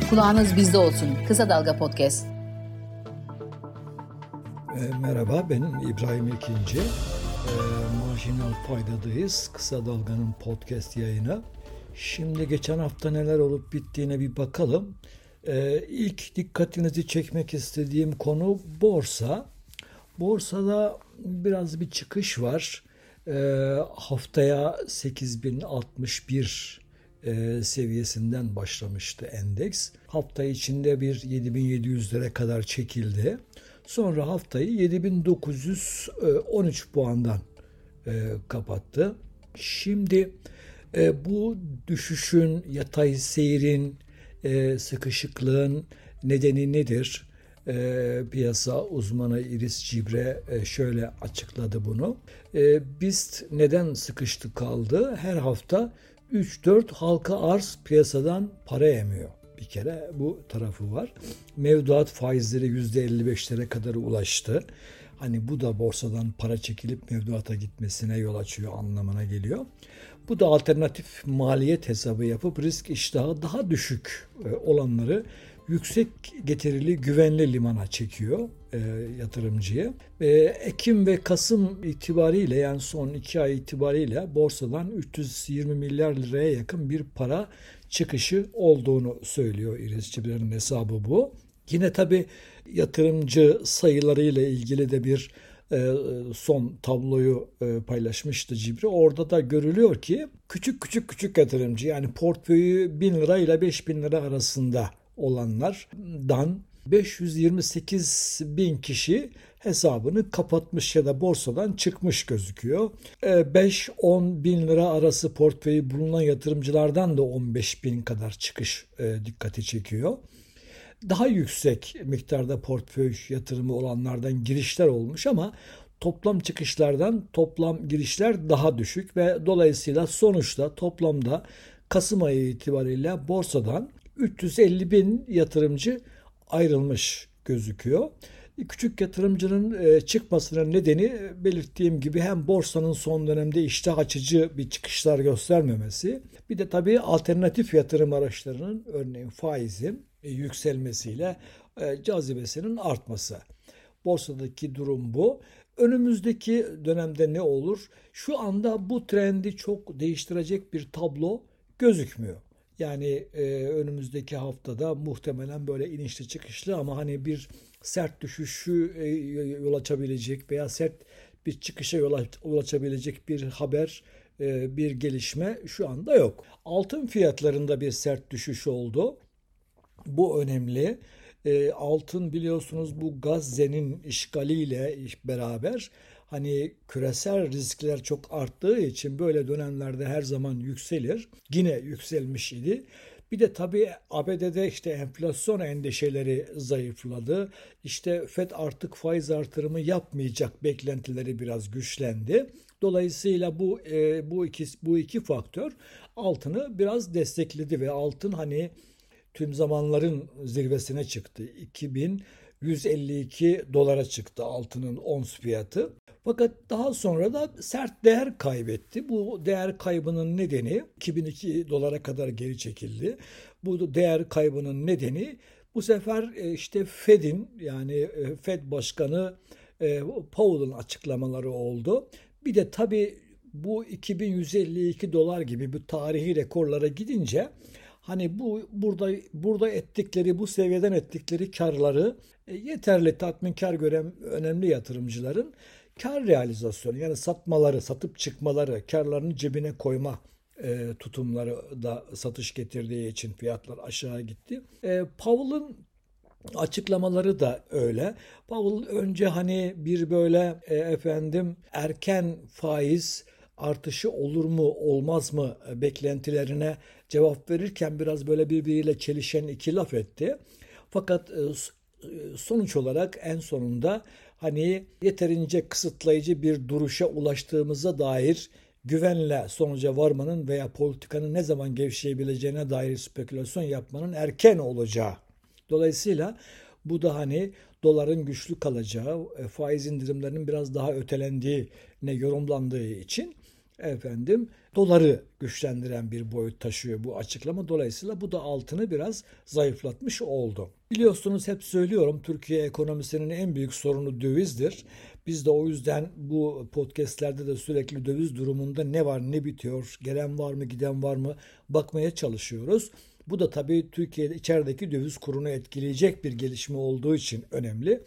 Kulağınız bizde olsun. Kısa Dalga Podcast. Merhaba, benim İbrahim İkinci. Marjinal Fayda'dayız. Kısa Dalga'nın podcast yayını. Şimdi geçen hafta neler olup bittiğine bir bakalım. İlk dikkatinizi çekmek istediğim konu borsa. Borsada biraz bir çıkış var. Haftaya 8061 seviyesinden başlamıştı endeks. Hafta içinde bir 7700'lere kadar çekildi. Sonra haftayı 7913 puandan kapattı. Şimdi bu düşüşün, yatay seyrin, sıkışıklığın nedeni nedir? Piyasa uzmanı Iris Cibre şöyle açıkladı bunu. BIST neden sıkıştı kaldı? Her hafta 3-4 halka arz piyasadan para emiyor. Bir kere bu tarafı var. Mevduat faizleri %55'lere kadar ulaştı. Hani bu da borsadan para çekilip mevduata gitmesine yol açıyor anlamına geliyor. Bu da alternatif maliyet hesabı yapıp risk iştahı daha düşük olanları yüksek getirili güvenli limana çekiyor yatırımcıyı. Ekim ve Kasım itibariyle, yani son 2 ay itibariyle borsadan 320 milyar liraya yakın bir para çıkışı olduğunu söylüyor Iris Cibre'nin hesabı bu. Yine tabii yatırımcı sayılarıyla ilgili de bir son tabloyu paylaşmıştı Cibre. Orada da görülüyor ki küçük yatırımcı, yani portföyü 1000 lira ile 5000 lira arasında olanlardan 528 bin kişi hesabını kapatmış ya da borsadan çıkmış gözüküyor. 5-10 bin lira arası portföyü bulunan yatırımcılardan da 15 bin kadar çıkış dikkati çekiyor. Daha yüksek miktarda portföy yatırımı olanlardan girişler olmuş ama toplam çıkışlardan toplam girişler daha düşük ve dolayısıyla sonuçta toplamda Kasım ayı itibariyle borsadan 350 bin yatırımcı ayrılmış gözüküyor. Küçük yatırımcının çıkmasının nedeni belirttiğim gibi hem borsanın son dönemde iştah açıcı bir çıkışlar göstermemesi, bir de tabii alternatif yatırım araçlarının, örneğin faizin yükselmesiyle cazibesinin artması. Borsadaki durum bu. Önümüzdeki dönemde ne olur? Şu anda bu trendi çok değiştirecek bir tablo gözükmüyor. Yani önümüzdeki haftada muhtemelen böyle inişli çıkışlı ama hani bir sert düşüşü yol açabilecek veya sert bir çıkışa yol açabilecek bir haber, bir gelişme şu anda yok. Altın fiyatlarında bir sert düşüş oldu. Bu önemli. Altın biliyorsunuz bu Gazze'nin işgaliyle beraber hani küresel riskler çok arttığı için böyle dönemlerde her zaman yükselir. Yine yükselmiş idi. Bir de tabii ABD'de işte enflasyon endişeleri zayıfladı. İşte FED artık faiz artırımı yapmayacak beklentileri biraz güçlendi. Dolayısıyla bu iki faktör altını biraz destekledi ve altın hani tüm zamanların zirvesine çıktı. 2152 dolara çıktı altının ons fiyatı. Fakat daha sonra da sert değer kaybetti. Bu değer kaybının nedeni 2002 dolara kadar geri çekildi. Bu değer kaybının nedeni bu sefer işte Fed'in, yani Fed Başkanı Powell'ın açıklamaları oldu. Bir de tabii bu 2152 dolar gibi bu tarihi rekorlara gidince hani burada ettikleri, bu seviyeden ettikleri karları yeterli tatminkar gören önemli yatırımcıların kar realizasyonu, yani satıp çıkmaları, karlarını cebine koyma tutumları da satış getirdiği için fiyatlar aşağı gitti. Powell'ın açıklamaları da öyle. Powell önce hani bir böyle erken faiz artışı olur mu olmaz mı beklentilerine cevap verirken biraz böyle birbiriyle çelişen iki laf etti. Fakat sonuç olarak en sonunda hani yeterince kısıtlayıcı bir duruşa ulaştığımıza dair güvenle sonuca varmanın veya politikanın ne zaman gevşeyebileceğine dair spekülasyon yapmanın erken olacağı. Dolayısıyla bu da hani doların güçlü kalacağı, faiz indirimlerinin biraz daha ötelendiğine yorumlandığı için doları güçlendiren bir boyut taşıyor bu açıklama. Dolayısıyla bu da altını biraz zayıflatmış oldu. Biliyorsunuz hep söylüyorum, Türkiye ekonomisinin en büyük sorunu dövizdir. Biz de o yüzden bu podcastlerde de sürekli döviz durumunda ne var ne bitiyor, gelen var mı giden var mı bakmaya çalışıyoruz. Bu da tabii Türkiye'de içerideki döviz kurunu etkileyecek bir gelişme olduğu için önemli.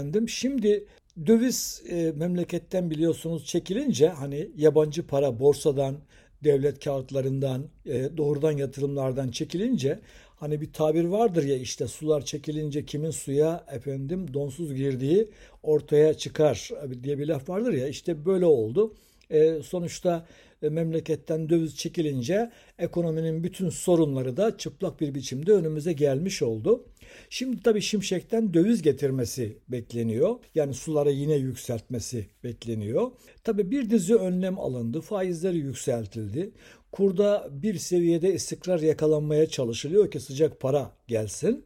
Şimdi döviz memleketten biliyorsunuz çekilince hani yabancı para borsadan, devlet kağıtlarından, doğrudan yatırımlardan çekilince hani bir tabir vardır ya, işte sular çekilince kimin suya donsuz girdiği ortaya çıkar diye bir laf vardır ya, işte böyle oldu. Sonuçta memleketten döviz çekilince ekonominin bütün sorunları da çıplak bir biçimde önümüze gelmiş oldu. Şimdi tabii Şimşek'ten döviz getirmesi bekleniyor. Yani suları yine yükseltmesi bekleniyor. Tabii bir dizi önlem alındı. Faizleri yükseltildi. Kurda bir seviyede istikrar yakalanmaya çalışılıyor ki sıcak para gelsin.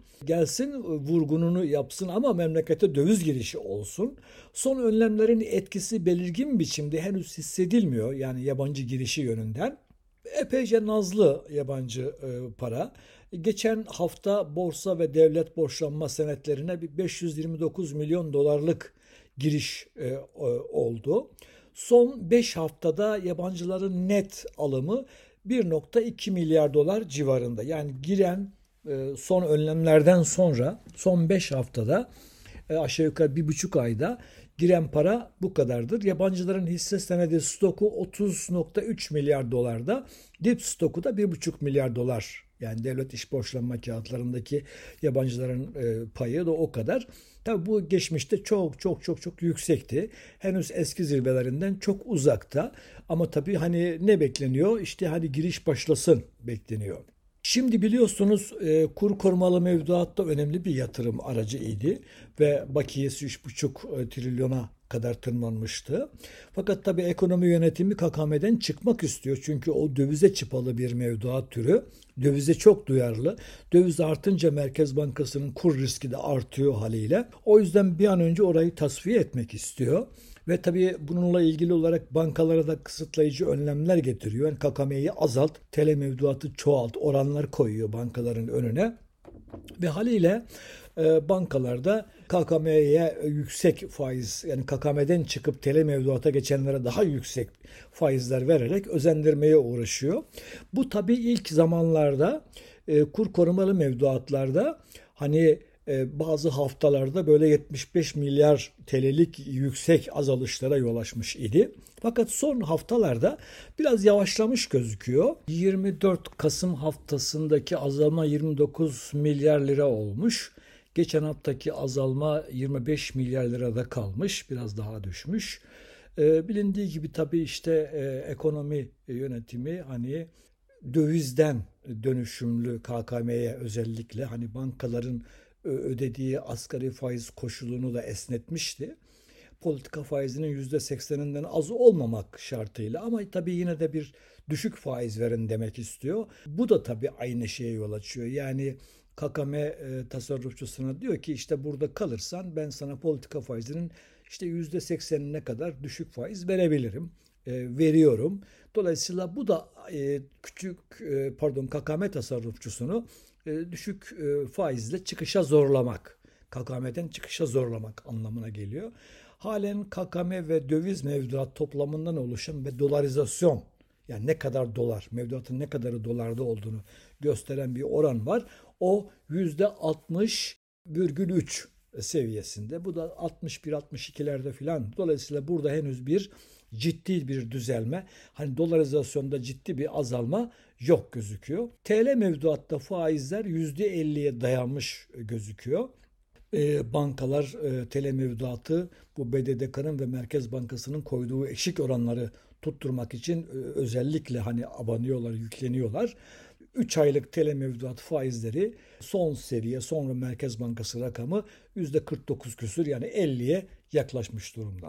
Vurgununu yapsın ama memlekete döviz girişi olsun. Son önlemlerin etkisi belirgin biçimde henüz hissedilmiyor. Yani yabancı girişi yönünden. Epeyce nazlı yabancı para. Geçen hafta borsa ve devlet borçlanma senetlerine bir 529 milyon dolarlık giriş oldu. Son 5 haftada yabancıların net alımı 1,2 milyar dolar civarında. Yani giren son önlemlerden sonra son 5 haftada aşağı yukarı 1,5 ayda giren para bu kadardır. Yabancıların hisse senedi stoku 30,3 milyar dolarda, dip stoku da 1,5 milyar dolar. Yani devlet iş borçlanma kağıtlarındaki yabancıların payı da o kadar. Tabii bu geçmişte çok yüksekti. Henüz eski zirvelerinden çok uzakta. Ama tabii hani ne bekleniyor? İşte hani giriş başlasın bekleniyor. Şimdi biliyorsunuz kur korumalı mevduat da önemli bir yatırım aracı idi ve bakiyesi 3,5 trilyona kadar tırmanmıştı. Fakat tabii ekonomi yönetimi KKM'den çıkmak istiyor. Çünkü o dövize çıpalı bir mevduat türü. Dövize çok duyarlı. Döviz artınca Merkez Bankası'nın kur riski de artıyor haliyle. O yüzden bir an önce orayı tasfiye etmek istiyor. Ve tabii bununla ilgili olarak bankalara da kısıtlayıcı önlemler getiriyor. Yani KKM'yi azalt, TL mevduatı çoğalt, oranlar koyuyor bankaların önüne. Ve haliyle bankalarda KKM'ye yüksek faiz, yani KKM'den çıkıp TL mevduata geçenlere daha yüksek faizler vererek özendirmeye uğraşıyor. Bu tabii ilk zamanlarda kur korumalı mevduatlarda hani bazı haftalarda böyle 75 milyar TL'lik yüksek azalışlara yol açmış idi. Fakat son haftalarda biraz yavaşlamış gözüküyor. 24 Kasım haftasındaki azalma 29 milyar lira olmuş. Geçen haftaki azalma 25 milyar lirada kalmış, biraz daha düşmüş. Bilindiği gibi tabii işte ekonomi yönetimi hani dövizden dönüşümlü KKM'ye özellikle hani bankaların ödediği asgari faiz koşulunu da esnetmişti. Politika faizinin %80'inden az olmamak şartıyla, ama tabii yine de bir düşük faiz verin demek istiyor. Bu da tabii aynı şeye yol açıyor. Yani KKM tasarrufçusuna diyor ki işte burada kalırsan ben sana politika faizinin işte %80'ine kadar düşük faiz verebilirim. Veriyorum. Dolayısıyla bu da KKM tasarrufçusunu düşük faizle çıkışa zorlamak, KKM'den çıkışa zorlamak anlamına geliyor. Halen KKM ve döviz mevduat toplamından oluşan ve dolarizasyon, yani ne kadar dolar, mevduatın ne kadarı dolarda olduğunu gösteren bir oran var. O %60,3 seviyesinde. Bu da 61-62'lerde filan. Dolayısıyla burada henüz bir ciddi bir düzelme, hani dolarizasyonda ciddi bir azalma yok gözüküyor. TL mevduatta faizler %50'ye dayanmış gözüküyor. Bankalar TL mevduatı bu BDDK'nın ve Merkez Bankası'nın koyduğu eşik oranları tutturmak için özellikle hani abanıyorlar, yükleniyorlar. 3 aylık TL mevduat faizleri son seviye, sonra Merkez Bankası rakamı %49 küsür, yani 50'ye yaklaşmış durumda.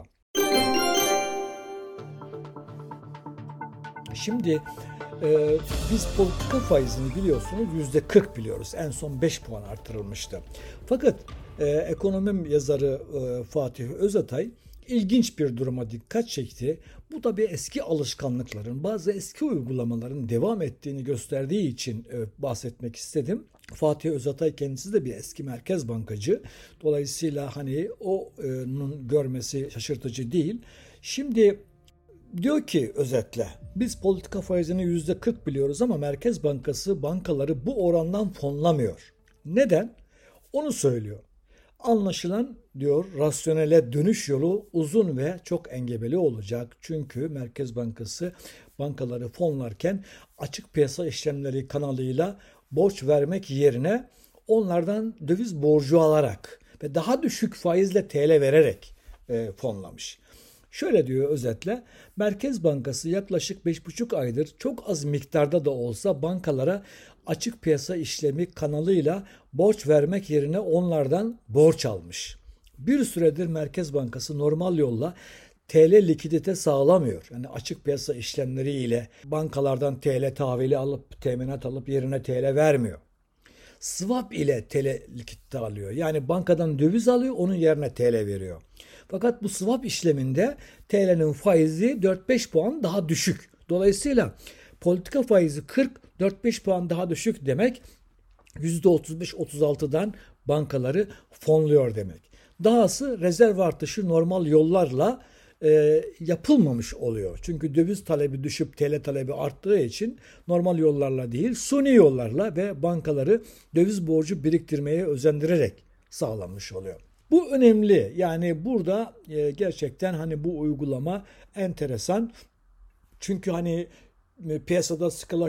Şimdi biz politika faizini biliyorsunuz %40 biliyoruz. En son 5 puan artırılmıştı. Fakat ekonomim yazarı Fatih Özatay ilginç bir duruma dikkat çekti. Bu da bir eski alışkanlıkların, bazı eski uygulamaların devam ettiğini gösterdiği için bahsetmek istedim. Fatih Özatay kendisi de bir eski merkez bankacı. Dolayısıyla hani onun görmesi şaşırtıcı değil. Şimdi diyor ki özetle, biz politika faizini %40 biliyoruz ama Merkez Bankası bankaları bu orandan fonlamıyor. Neden? Onu söylüyor. Anlaşılan diyor, rasyonele dönüş yolu uzun ve çok engebeli olacak. Çünkü Merkez Bankası bankaları fonlarken açık piyasa işlemleri kanalıyla borç vermek yerine onlardan döviz borcu alarak ve daha düşük faizle TL vererek fonlamış. Şöyle diyor özetle, Merkez Bankası yaklaşık 5,5 aydır çok az miktarda da olsa bankalara açık piyasa işlemi kanalıyla borç vermek yerine onlardan borç almış. Bir süredir Merkez Bankası normal yolla TL likidite sağlamıyor. Yani açık piyasa işlemleriyle bankalardan TL tahvili alıp teminat alıp yerine TL vermiyor. Swap ile TL likidite alıyor. Yani bankadan döviz alıyor, onun yerine TL veriyor. Fakat bu swap işleminde TL'nin faizi 4-5 puan daha düşük. Dolayısıyla politika faizi 40, 4-5 puan daha düşük demek %35-36'dan bankaları fonluyor demek. Dahası rezerv artışı normal yollarla yapılmamış oluyor. Çünkü döviz talebi düşüp TL talebi arttığı için normal yollarla değil, suni yollarla ve bankaları döviz borcu biriktirmeye özendirerek sağlanmış oluyor. Bu önemli. Yani burada gerçekten hani bu uygulama enteresan. Çünkü hani piyasada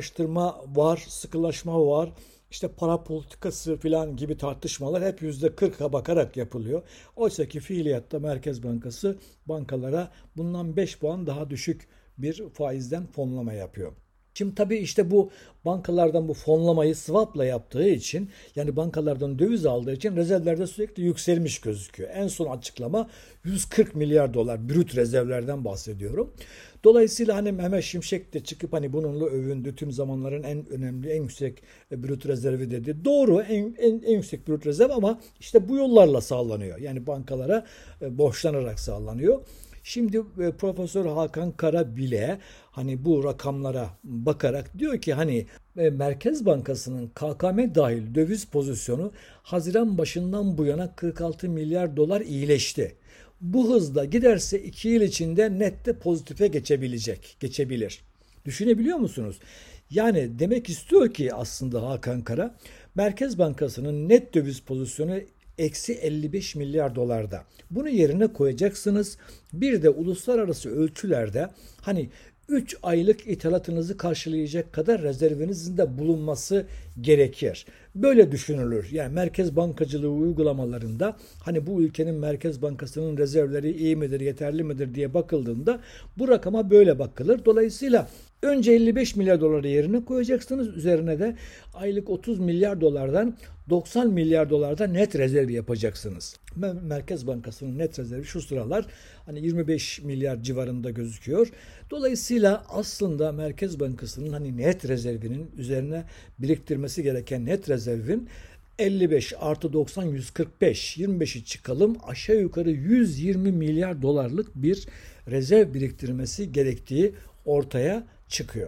sıkılaşma var. İşte para politikası falan gibi tartışmalar hep %40'a bakarak yapılıyor. Oysa ki fiiliyatta Merkez Bankası bankalara bundan 5 puan daha düşük bir faizden fonlama yapıyor. Şimdi tabii işte bu bankalardan bu fonlamayı swap'la yaptığı için, yani bankalardan döviz aldığı için rezervlerde sürekli yükselmiş gözüküyor. En son açıklama 140 milyar dolar brüt rezervlerden bahsediyorum. Dolayısıyla hani Mehmet Şimşek de çıkıp hani bununla övündü, tüm zamanların en önemli, en yüksek brüt rezervi dedi. Doğru, en yüksek brüt rezerv ama işte bu yollarla sağlanıyor. Yani bankalara borçlanarak sağlanıyor. Şimdi Profesör Hakan Kara bile hani bu rakamlara bakarak diyor ki hani Merkez Bankası'nın KKM dahil döviz pozisyonu Haziran başından bu yana 46 milyar dolar iyileşti. Bu hızla giderse 2 yıl içinde nette pozitife geçebilir. Düşünebiliyor musunuz? Yani demek istiyor ki aslında Hakan Kara, Merkez Bankası'nın net döviz pozisyonu eksi 55 milyar dolarda. Bunu yerine koyacaksınız. Bir de uluslararası ölçülerde hani 3 aylık ithalatınızı karşılayacak kadar rezervinizin de bulunması gerekir. Böyle düşünülür. Yani merkez bankacılığı uygulamalarında hani bu ülkenin Merkez Bankası'nın rezervleri iyi midir, yeterli midir diye bakıldığında bu rakama böyle bakılır. Dolayısıyla önce 55 milyar doları yerine koyacaksınız. Üzerine de aylık 30 milyar dolardan 90 milyar dolarda net rezerv yapacaksınız. Merkez Bankası'nın net rezervi şu sıralar hani 25 milyar civarında gözüküyor. Dolayısıyla aslında Merkez Bankası'nın hani net rezervinin üzerine biriktirmesi gereken net rezervin 55 artı 90 145, 25'i çıkalım, aşağı yukarı 120 milyar dolarlık bir rezerv biriktirmesi gerektiği ortaya çıkıyor.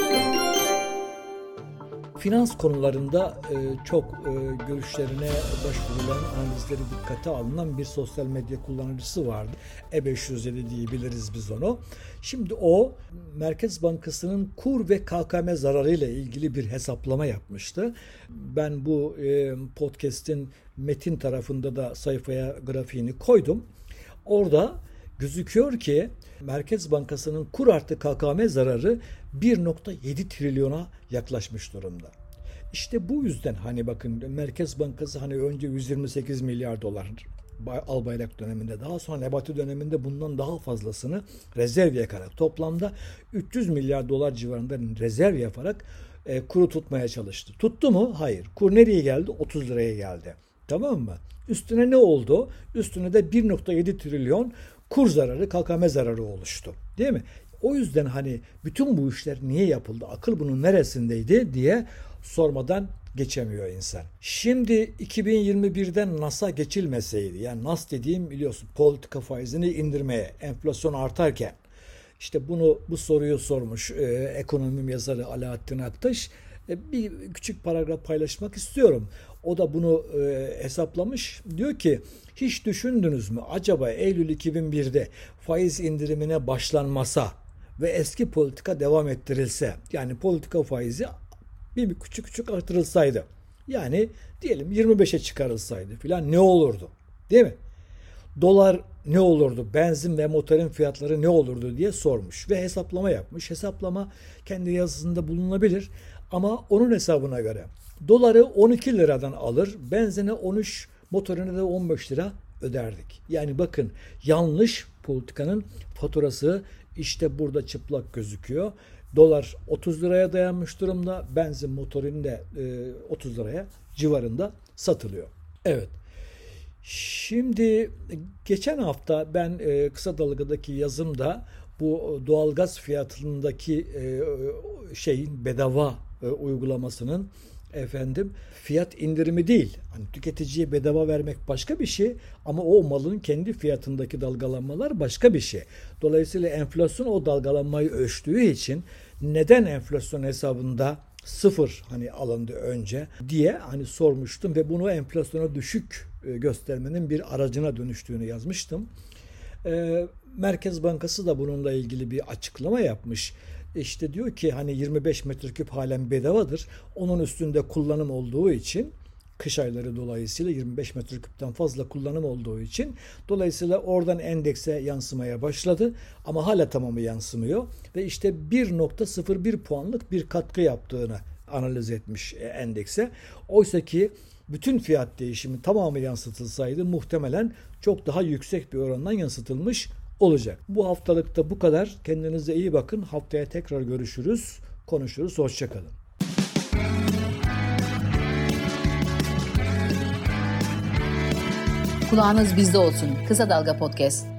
Finans konularında çok görüşlerine başvurulan, analizleri dikkate alınan bir sosyal medya kullanıcısı vardı. E507 diyebiliriz biz onu. Şimdi o Merkez Bankası'nın kur ve KKM zararıyla ilgili bir hesaplama yapmıştı. Ben bu podcast'in metin tarafında da sayfaya grafiğini koydum. Orada gözüküyor ki Merkez Bankası'nın kur artı KKM zararı 1,7 trilyona yaklaşmış durumda. İşte bu yüzden hani bakın Merkez Bankası hani önce 128 milyar dolar Albayrak döneminde, daha sonra Nebati döneminde bundan daha fazlasını rezerv yakarak toplamda 300 milyar dolar civarında rezerv yaparak kuru tutmaya çalıştı. Tuttu mu? Hayır. Kur nereye geldi? 30 liraya geldi. Tamam mı? Üstüne ne oldu? Üstüne de 1,7 trilyon kur zararı, KKM zararı oluştu. Değil mi? O yüzden hani bütün bu işler niye yapıldı? Akıl bunun neresindeydi diye sormadan geçemiyor insan. Şimdi 2021'den NAS'a geçilmeseydi, yani NAS dediğim biliyorsun politika faizini indirmeye, enflasyon artarken, işte bu soruyu sormuş ekonomi yazarı Alaaddin Aktaş. Bir küçük paragraf paylaşmak istiyorum. O da bunu hesaplamış. Diyor ki hiç düşündünüz mü acaba Eylül 2001'de faiz indirimine başlanmasa ve eski politika devam ettirilse, yani politika faizi bir küçük küçük artırılsaydı, yani diyelim 25'e çıkarılsaydı filan ne olurdu? Değil mi? Dolar ne olurdu? Benzin ve motorun fiyatları ne olurdu diye sormuş ve hesaplama yapmış. Hesaplama kendi yazısında bulunabilir ama onun hesabına göre doları 12 liradan alır, benzine 13, motoruna da 15 lira öderdik. Yani bakın, yanlış politikanın faturası işte burada çıplak gözüküyor. Dolar 30 liraya dayanmış durumda. Benzin motorinin de 30 liraya civarında satılıyor. Evet. Şimdi geçen hafta ben kısa dalgadaki yazımda bu doğalgaz fiyatındaki bedava uygulamasının fiyat indirimi değil. Hani tüketiciye bedava vermek başka bir şey ama o malın kendi fiyatındaki dalgalanmalar başka bir şey. Dolayısıyla enflasyon o dalgalanmayı ölçtüğü için neden enflasyon hesabında sıfır hani alındı önce diye hani sormuştum ve bunu enflasyona düşük göstermenin bir aracına dönüştüğünü yazmıştım. Merkez Bankası da bununla ilgili bir açıklama yapmış. İşte diyor ki hani 25 metreküp halen bedavadır. Onun üstünde kullanım olduğu için, kış ayları dolayısıyla 25 metreküpten fazla kullanım olduğu için dolayısıyla oradan endekse yansımaya başladı ama hala tamamı yansımıyor ve işte 1.01 puanlık bir katkı yaptığını analiz etmiş endekse. Oysa ki bütün fiyat değişimi tamamı yansıtılsaydı muhtemelen çok daha yüksek bir orandan yansıtılmış olacak. Bu haftalıkta bu kadar. Kendinize iyi bakın. Haftaya tekrar görüşürüz, konuşuruz. Hoşça kalın. Kulağınız bizde olsun. Kısa Dalga Podcast.